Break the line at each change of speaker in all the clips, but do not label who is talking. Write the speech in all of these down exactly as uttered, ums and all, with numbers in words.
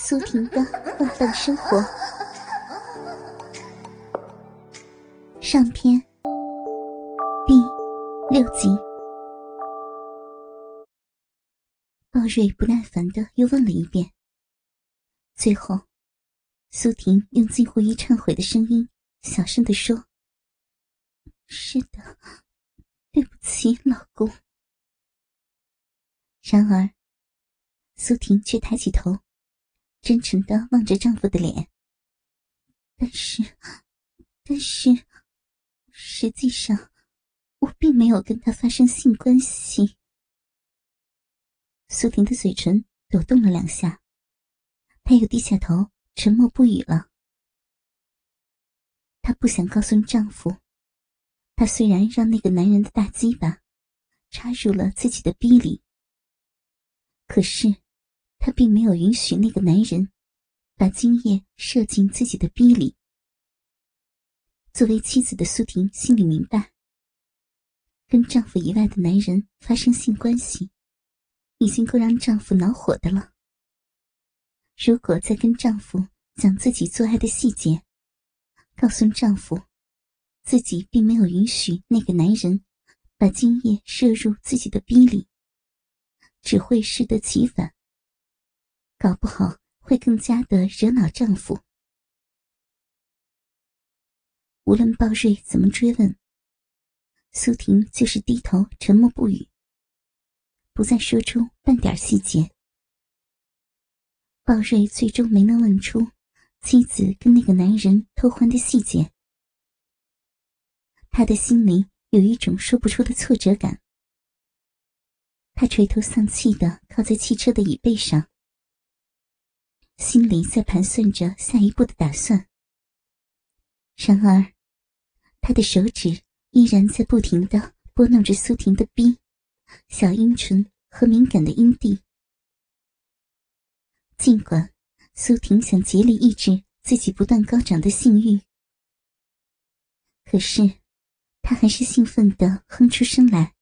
苏婷的放荡生活上篇第六集。鲍瑞不耐烦地又问了一遍，最后苏婷用近乎于忏悔的声音小声地说：是的，对不起老公。然而苏婷却抬起头，真诚地望着丈夫的脸。但是但是实际上我并没有跟他发生性关系。苏婷的嘴唇抖动了两下，她又低下头沉默不语了。她不想告诉丈夫，她虽然让那个男人的大鸡巴插入了自己的逼里，可是她并没有允许那个男人把精液射进自己的逼里。作为妻子的苏婷心里明白，跟丈夫以外的男人发生性关系已经够让丈夫恼火的了。如果再跟丈夫讲自己做爱的细节，告诉丈夫自己并没有允许那个男人把精液射入自己的逼里，只会适得其反，搞不好会更加的惹恼丈夫。无论鲍瑞怎么追问，苏婷就是低头沉默不语，不再说出半点细节。鲍瑞最终没能问出妻子跟那个男人偷欢的细节，他的心里有一种说不出的挫折感。他垂头丧气地靠在汽车的椅背上，心里在盘算着下一步的打算。然而他的手指依然在不停地拨弄着苏婷的逼、小阴唇和敏感的阴蒂。尽管苏婷想竭力抑制自己不断高涨的性欲，可是她还是兴奋地哼出声来。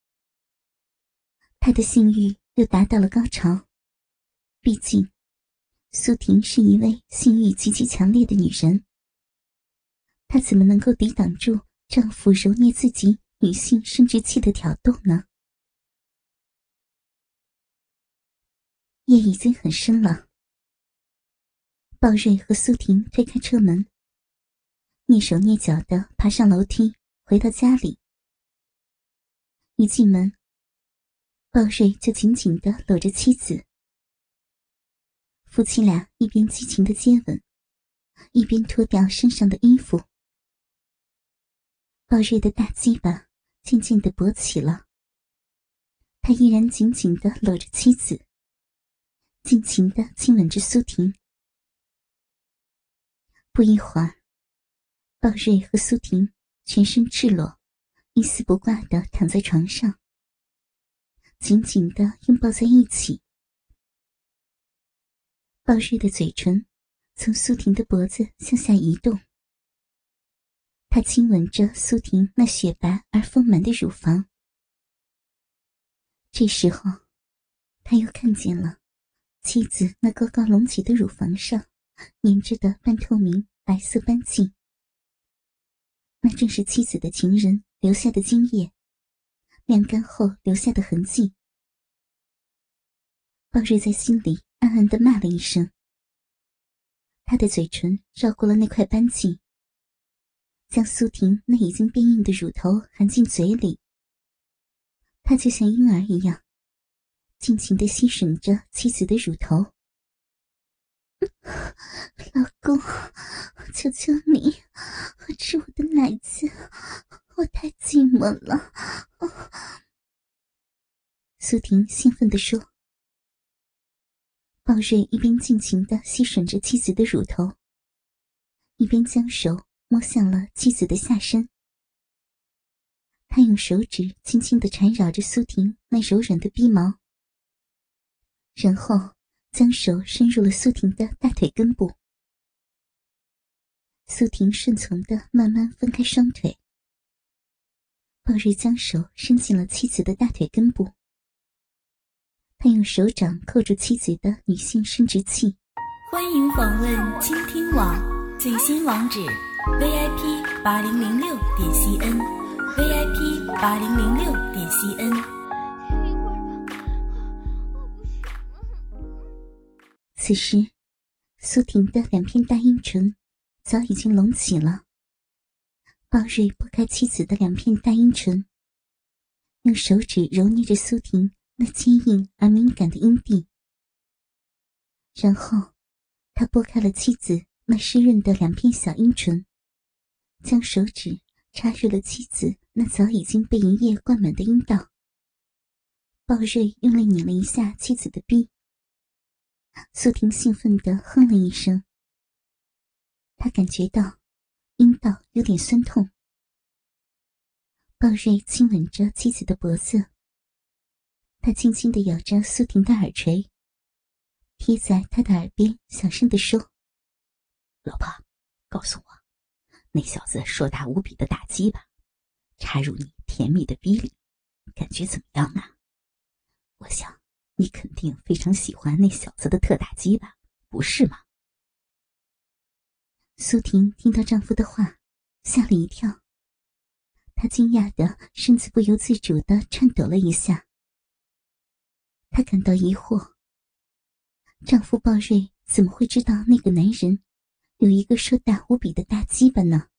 她的性欲又达到了高潮，毕竟苏婷是一位性欲极其强烈的女人，她怎么能够抵挡住丈夫揉捏自己女性生殖器的挑逗呢？夜已经很深了，鲍瑞和苏婷推开车门，蹑手蹑脚地爬上楼梯，回到家里。一进门，鲍瑞就紧紧地搂着妻子，夫妻俩一边激情地接吻，一边脱掉身上的衣服。鲍瑞的大鸡巴渐渐地勃起了，他依然紧紧地搂着妻子，尽情地亲吻着苏婷。不一会儿，鲍瑞和苏婷全身赤裸，一丝不挂地躺在床上，紧紧地拥抱在一起。鲍瑞的嘴唇从苏婷的脖子向下移动，他亲吻着苏婷那雪白而丰满的乳房。这时候他又看见了妻子那高高隆起的乳房上粘着的半透明白色斑迹，那正是妻子的情人留下的精液，晾干后留下的痕迹。鲍瑞在心里暗暗地骂了一声，他的嘴唇绕过了那块斑迹，将苏婷那已经变硬的乳头含进嘴里。他就像婴儿一样，尽情地吸吮着妻子的乳头。老公，求求你吃我的奶子，我太寂寞了。苏婷兴奋地说。鲍瑞一边尽情地吸吮着妻子的乳头，一边将手摸向了妻子的下身。他用手指轻轻地缠绕着苏婷那柔软的逼毛，然后将手伸入了苏婷的大腿根部。苏婷顺从地慢慢分开双腿，鲍瑞将手伸进了妻子的大腿根部，他用手掌扣住妻子的女性生殖器，
欢迎访问倾听网最新网址 v i p 八零零六点 c n v i p 八零零六点 c n。
此时苏婷的两片大阴唇早已经隆起了。鲍瑞拨开妻子的两片大阴唇，用手指揉捏着苏婷那坚硬而敏感的阴蒂，然后他拨开了妻子那湿润的两片小阴唇，将手指插入了妻子那早已经被银液灌满的阴道。鲍瑞用力拧了一下妻子的逼，苏婷兴奋地哼了一声，她感觉到阴道有点酸痛。鲍瑞亲吻着妻子的脖子，他轻轻地咬着苏婷的耳垂，贴在她的耳边小声地说：
老婆，告诉我，那小子硕大无比的大鸡巴插入你甜蜜的逼里，感觉怎么样啊？我想你肯定非常喜欢那小子的特大鸡巴，不是吗？
苏婷听到丈夫的话，吓了一跳，她惊讶的身子不由自主地颤抖了一下。她感到疑惑，丈夫鲍瑞怎么会知道那个男人有一个硕大无比的大鸡巴呢？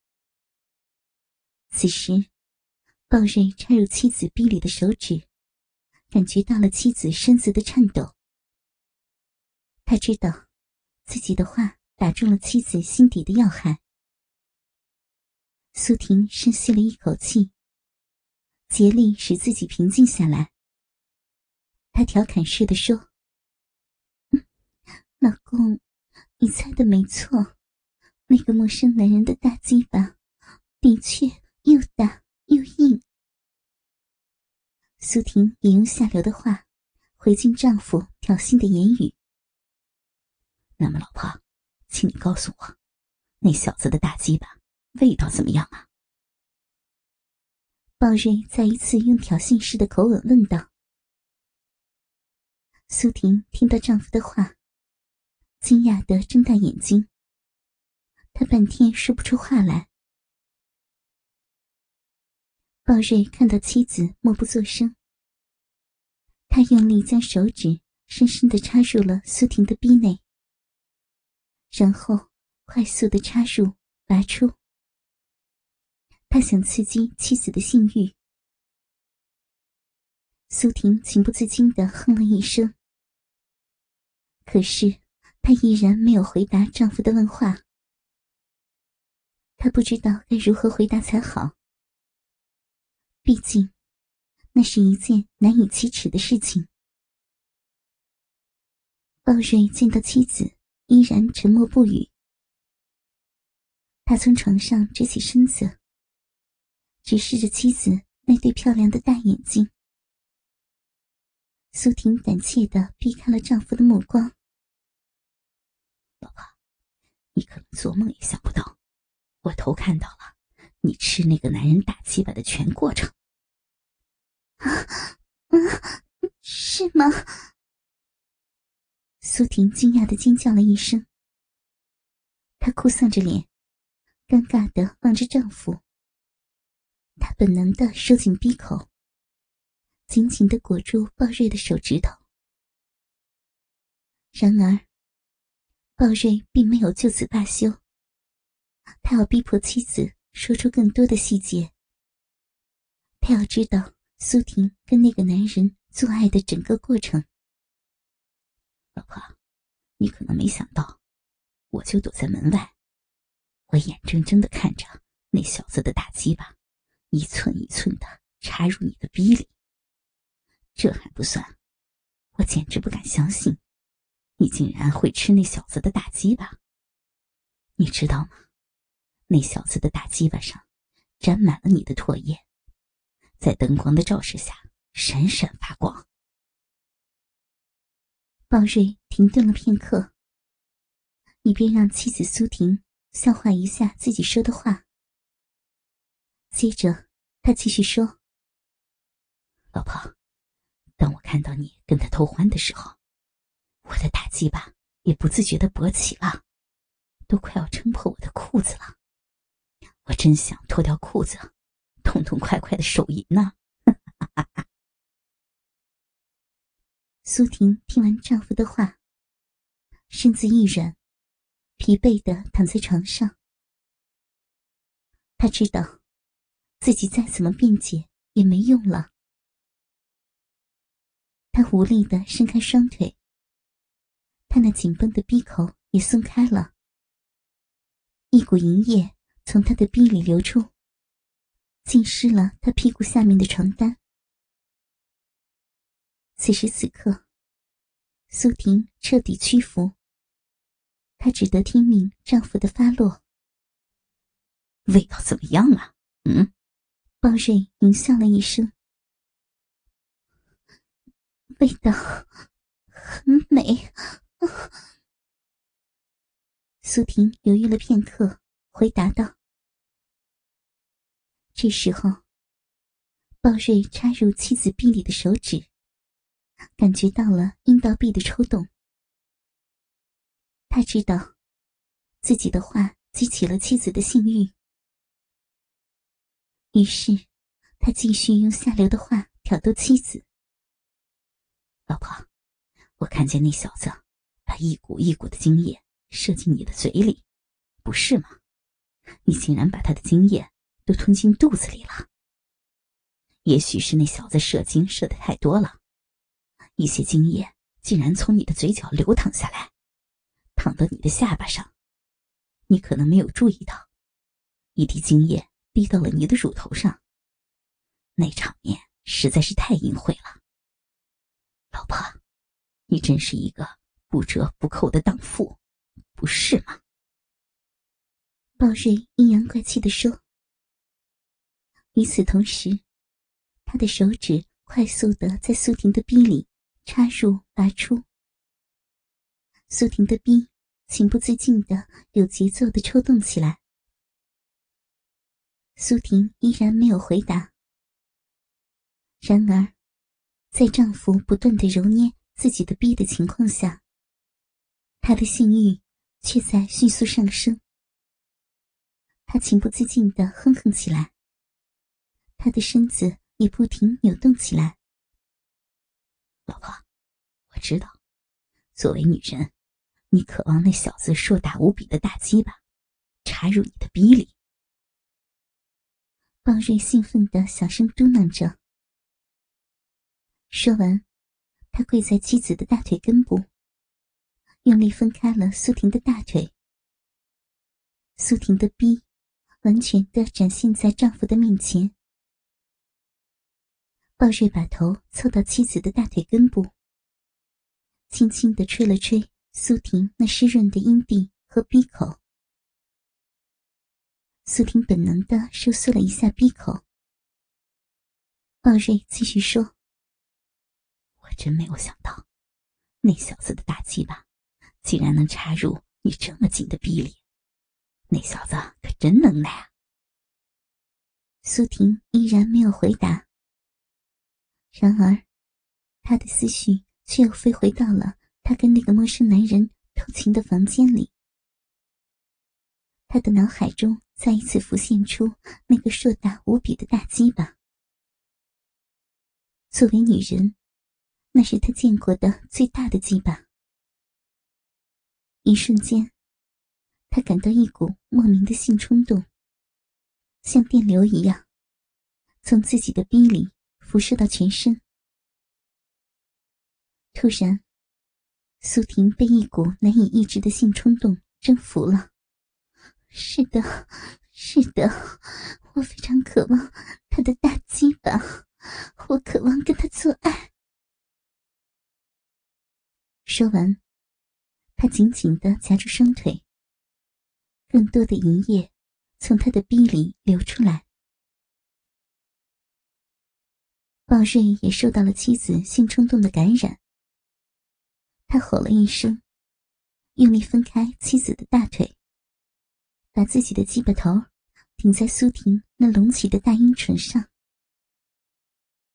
此时鲍瑞插入妻子逼里的手指感觉到了妻子身子的颤抖，他知道自己的话打中了妻子心底的要害。苏婷深吸了一口气，竭力使自己平静下来。她调侃似的说：嗯，老公，你猜的没错，那个陌生男人的大鸡巴的确又大又硬。苏婷也用下流的话回敬丈夫挑衅的言语。
那么老婆，请你告诉我，那小子的大鸡巴味道怎么样啊？
鲍瑞再一次用挑衅式的口吻问道。苏婷听到丈夫的话，惊讶地睁大眼睛，她半天说不出话来。鲍瑞看到妻子默不作声，他用力将手指深深地插入了苏婷的逼内，然后快速地插入拔出。他想刺激妻子的性欲。苏婷情不自禁地哼了一声，可是她依然没有回答丈夫的问话。她不知道该如何回答才好，毕竟那是一件难以启齿的事情。鲍瑞见到妻子依然沉默不语，他从床上直起身子，直视着妻子那对漂亮的大眼睛。苏婷胆怯地避开了丈夫的目光。
老婆，你可能做梦也想不到，我偷看到了你吃那个男人大鸡巴的全过程。
啊啊，是吗？苏婷惊讶地尖叫了一声，她哭丧着脸，尴尬地望着丈夫。她本能地收紧闭口，紧紧地裹住鲍瑞的手指头。然而鲍瑞并没有就此罢休，他要逼迫妻子说出更多的细节。他要知道苏婷跟那个男人做爱的整个过程。
老婆，你可能没想到，我就躲在门外，我眼睁睁地看着那小子的大鸡巴一寸一寸地插入你的逼里。这还不算，我简直不敢相信你竟然会吃那小子的大鸡巴。你知道吗？那小子的大鸡巴上沾满了你的唾液，在灯光的照射下闪闪发光。
鲍瑞停顿了片刻，以便让妻子苏婷消化一下自己说的话。接着他继续说：
老婆，当我看到你跟他偷欢的时候，我的大鸡巴也不自觉地勃起了，都快要撑破我的裤子了。我真想脱掉裤子，痛痛快快的手淫呢。
苏婷听完丈夫的话，身子一软，疲惫地躺在床上。她知道自己再怎么辩解也没用了。她无力地伸开双腿，她那紧绷的逼口也松开了，一股淫液从她的逼里流出，浸湿了她屁股下面的床单。此时此刻，苏婷彻底屈服，她只得听命丈夫的发落。
味道怎么样啊？嗯？
鲍瑞淫笑了一声，味道很美。苏婷犹豫了片刻，回答道。这时候，鲍瑞插入妻子臂里的手指感觉到了阴道壁的抽动。他知道自己的话激起了妻子的性欲，于是他继续用下流的话挑逗妻子。
老婆，我看见那小子把一股一股的精液射进你的嘴里，不是吗？你竟然把他的精液都吞进肚子里了。也许是那小子射精射得太多了，一些精液竟然从你的嘴角流淌下来，淌到你的下巴上。你可能没有注意到，一滴精液滴到了你的乳头上，那场面实在是太淫秽了。老婆，你真是一个不折不扣的荡妇，不是吗？
鲍瑞阴阳怪气地说。与此同时，他的手指快速地在苏婷的逼里插入拔出，苏婷的逼情不自禁地有节奏地抽动起来。苏婷依然没有回答，然而在丈夫不断地揉捏自己的逼的情况下，她的性欲却在迅速上升。她情不自禁地哼哼起来，她的身子也不停扭动起来。
老婆，我知道，作为女人，你渴望那小子硕大无比的大鸡巴插入你的逼里。
鲍瑞兴奋地小声嘟囔着。说完，他跪在妻子的大腿根部，用力分开了苏婷的大腿。苏婷的逼完全地展现在丈夫的面前。鲍瑞把头凑到妻子的大腿根部，轻轻地吹了吹苏婷那湿润的阴蒂和逼口。苏婷本能地收缩了一下逼口。鲍瑞继续说，
我真没有想到，那小子的大鸡巴竟然能插入你这么紧的逼里，那小子可真能耐啊。
苏婷依然没有回答，然而她的思绪却又飞回到了她跟那个陌生男人偷情的房间里。她的脑海中再一次浮现出那个硕大无比的大鸡巴。作为女人，那是她见过的最大的鸡巴。一瞬间，她感到一股莫名的性冲动，像电流一样从自己的逼里辐射到全身。突然，苏婷被一股难以抑制的性冲动征服了。是的，是的，我非常渴望他的大鸡巴，我渴望跟他做爱。说完，他紧紧地夹住双腿，更多的淫液从他的逼里流出来。鲍瑞也受到了妻子性冲动的感染，他吼了一声，用力分开妻子的大腿，把自己的鸡巴头顶在苏婷那隆起的大阴唇上。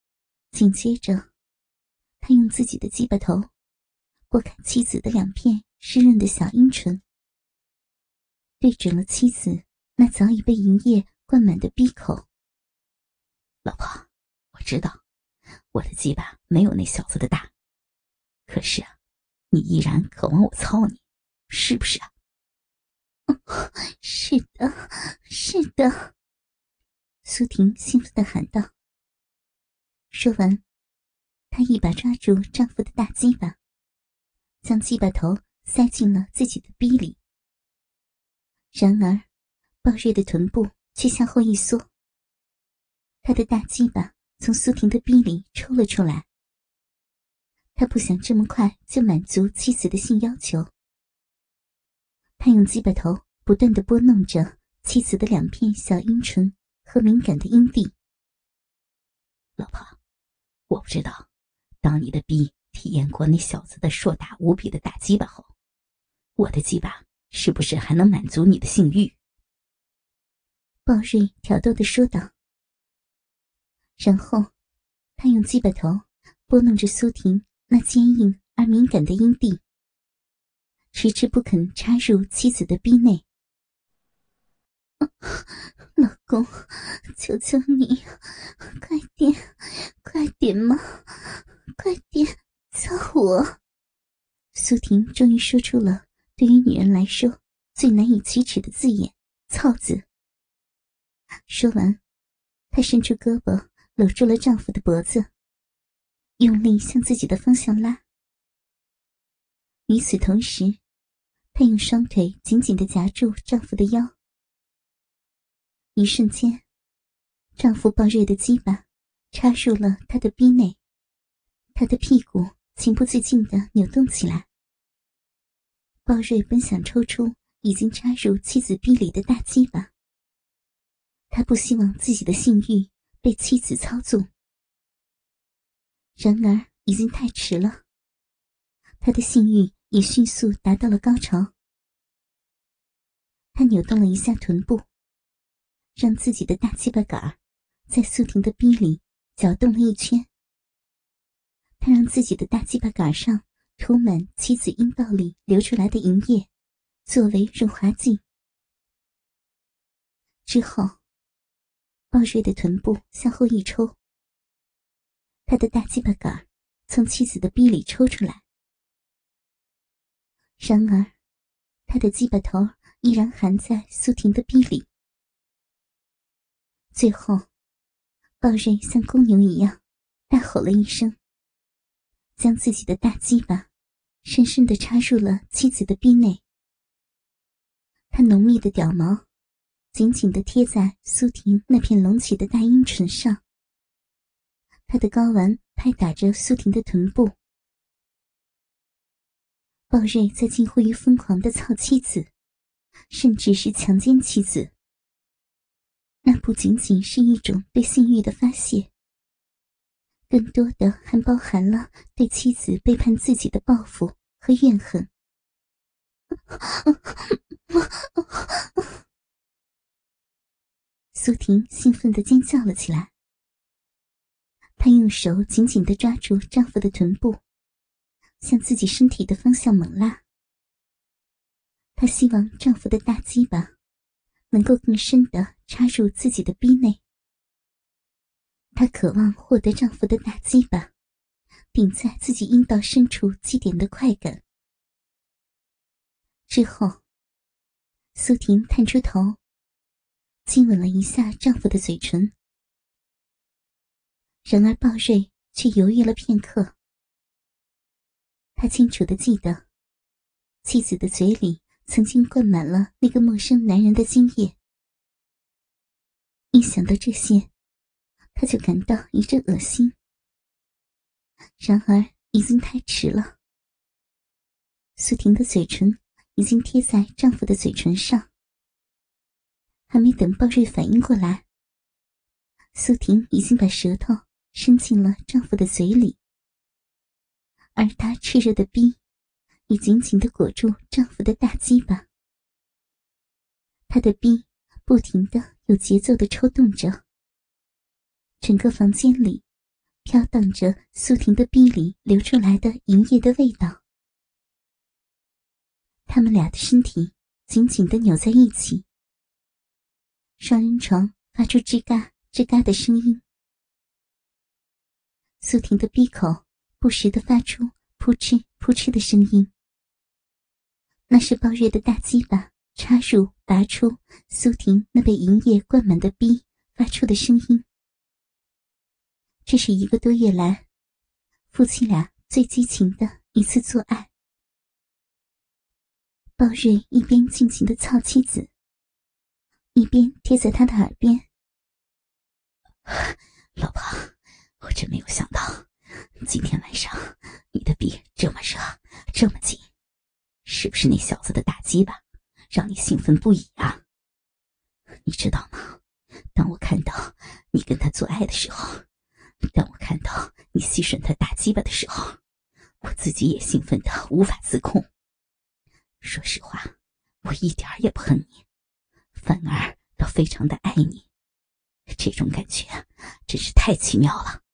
紧接着，他用自己的鸡巴头拨开妻子的两片湿润的小阴唇，对准了妻子那早已被银液灌满的逼口。
老婆，我知道我的鸡巴没有那小子的大，可是啊，你依然渴望我操你，是不是啊？
是的，是的，苏婷兴奋地喊道。说完，她一把抓住丈夫的大鸡巴，将鸡巴头塞进了自己的逼里。然而鲍瑞的臀部却向后一缩，他的大鸡巴从苏婷的逼里抽了出来。他不想这么快就满足妻子的性要求，他用鸡巴头不断地拨弄着妻子的两片小阴唇和敏感的阴蒂。
老婆，我不知道，当你的逼体验过那小子的硕大无比的大鸡巴后，我的鸡巴是不是还能满足你的性欲？
鲍瑞挑逗地说道。然后他用鸡巴头拨弄着苏婷那坚硬而敏感的阴蒂，迟迟不肯插入妻子的逼内。老公，求求你，快点，快点嘛，快点操我！苏婷终于说出了对于女人来说最难以启齿的字眼“操”字。说完，她伸出胳膊搂住了丈夫的脖子，用力向自己的方向拉。与此同时，她用双腿紧紧地夹住丈夫的腰。一瞬间，丈夫暴锐的鸡巴插入了她的逼内，她的屁股情不自禁地扭动起来。鲍瑞本想抽出已经插入妻子逼里的大鸡巴，他不希望自己的性欲被妻子操纵，然而已经太迟了，他的性欲也迅速达到了高潮。他扭动了一下臀部，让自己的大鸡巴杆在苏婷的逼里搅动了一圈。他让自己的大鸡巴杆上涂满妻子阴道里流出来的银液，作为润滑剂。之后，鲍瑞的臀部向后一抽，他的大鸡巴杆从妻子的逼里抽出来。然而，他的鸡巴头依然含在苏婷的逼里。最后，鲍瑞像公牛一样大吼了一声，将自己的大鸡巴深深地插入了妻子的逼内。他浓密的屌毛紧紧地贴在苏婷那片隆起的大阴唇上，他的睾丸拍打着苏婷的臀部。鲍瑞在近乎于疯狂地操妻子，甚至是强奸妻子。那不仅仅是一种对性欲的发泄，更多的还包含了对妻子背叛自己的报复和怨恨。苏婷兴奋地尖叫了起来，她用手紧紧地抓住丈夫的臀部，向自己身体的方向猛拉。她希望丈夫的大鸡巴能够更深地插入自己的逼内。她渴望获得丈夫的大鸡巴顶在自己阴道深处基点的快感。之后，苏婷探出头，亲吻了一下丈夫的嘴唇。然而鲍瑞却犹豫了片刻。他清楚地记得，妻子的嘴里曾经灌满了那个陌生男人的精液。一想到这些，他就感到一阵恶心。然而已经太迟了，苏婷的嘴唇已经贴在丈夫的嘴唇上。还没等鲍瑞反应过来，苏婷已经把舌头伸进了丈夫的嘴里，而她炽热的逼已紧紧地裹住丈夫的大鸡巴。她的逼不停地有节奏地抽动着，整个房间里飘荡着苏婷的逼里流出来的银液的味道。 他们俩的身体紧紧地扭在一起，双人床发出吱嘎吱嘎的声音。苏婷的闭口不时地发出扑哧扑哧的声音，那是暴虐的大鸡巴插入拔出苏婷那被银液灌满的逼发出的声音。这是一个多月来夫妻俩最激情的一次做爱。鲍瑞一边尽情地操妻子，一边贴在她的耳边：
老婆，我真没有想到今天晚上你的逼这么热这么紧，是不是那小子的大鸡巴让你兴奋不已啊？你知道吗，当我看到你跟他做爱的时候，当我看到你吸吮他大鸡巴的时候，我自己也兴奋得无法自控。说实话，我一点也不恨你，反而倒非常的爱你，这种感觉真是太奇妙了。